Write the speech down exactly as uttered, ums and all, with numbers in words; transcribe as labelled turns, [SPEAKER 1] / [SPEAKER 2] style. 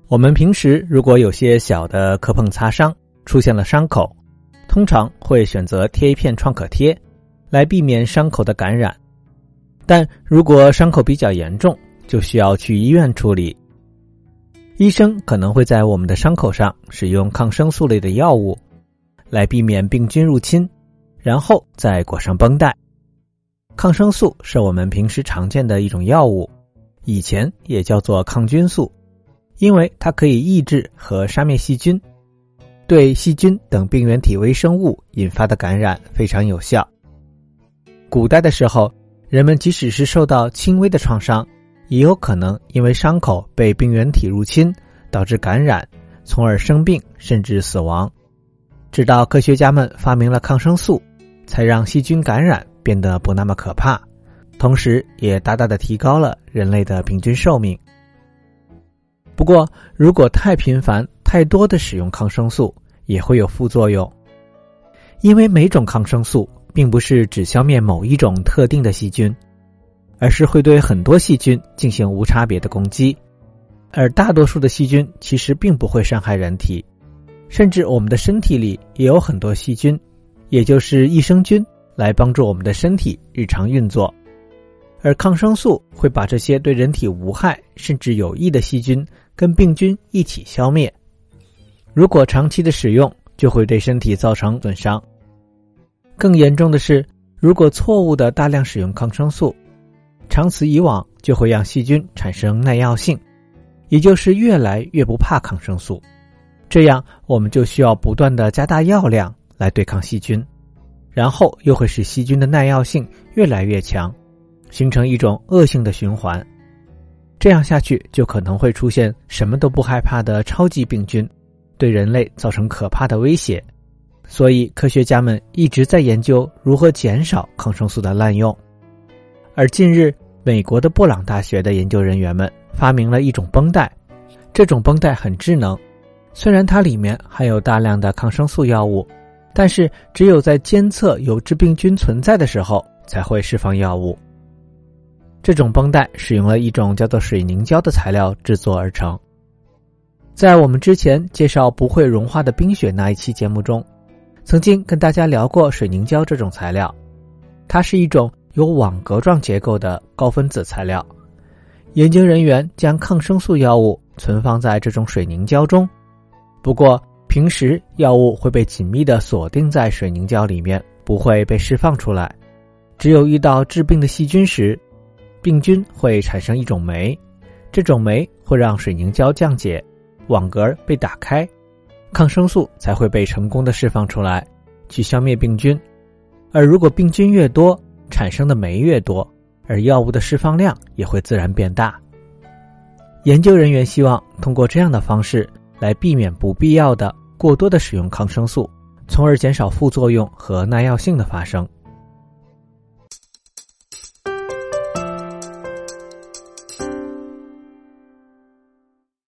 [SPEAKER 1] 我们平时如果有些小的磕碰擦伤，出现了伤口，通常会选择贴一片创可贴，来避免伤口的感染。但如果伤口比较严重，就需要去医院处理。医生可能会在我们的伤口上使用抗生素类的药物，来避免病菌入侵，然后再裹上绷带。抗生素是我们平时常见的一种药物，以前也叫做抗菌素，因为它可以抑制和杀灭细菌，对细菌等病原体微生物引发的感染非常有效。古代的时候，人们即使是受到轻微的创伤，也有可能因为伤口被病原体入侵，导致感染，从而生病甚至死亡。直到科学家们发明了抗生素，才让细菌感染变得不那么可怕，同时也大大的提高了人类的平均寿命。不过，如果太频繁、太多的使用抗生素，也会有副作用。因为每种抗生素并不是只消灭某一种特定的细菌，而是会对很多细菌进行无差别的攻击，而大多数的细菌其实并不会伤害人体，甚至我们的身体里也有很多细菌，也就是益生菌，来帮助我们的身体日常运作。而抗生素会把这些对人体无害甚至有益的细菌跟病菌一起消灭，如果长期的使用，就会对身体造成损伤。更严重的是，如果错误的大量使用抗生素，长此以往就会让细菌产生耐药性，也就是越来越不怕抗生素。这样我们就需要不断的加大药量来对抗细菌，然后又会使细菌的耐药性越来越强，形成一种恶性的循环。这样下去就可能会出现什么都不害怕的超级病菌，对人类造成可怕的威胁。所以科学家们一直在研究如何减少抗生素的滥用。而近日，美国的布朗大学的研究人员们发明了一种绷带，这种绷带很智能，虽然它里面含有大量的抗生素药物，但是只有在监测有致病菌存在的时候才会释放药物。这种绷带使用了一种叫做水凝胶的材料制作而成。在我们之前介绍不会融化的冰雪那一期节目中，曾经跟大家聊过水凝胶这种材料，它是一种有网格状结构的高分子材料。研究人员将抗生素药物存放在这种水凝胶中，不过平时药物会被紧密地锁定在水凝胶里面，不会被释放出来。只有遇到致病的细菌时，病菌会产生一种酶，这种酶会让水凝胶降解，网格被打开，抗生素才会被成功的释放出来，去消灭病菌。而如果病菌越多，产生的酶越多，而药物的释放量也会自然变大。研究人员希望通过这样的方式来避免不必要的过多的使用抗生素，从而减少副作用和耐药性的发生。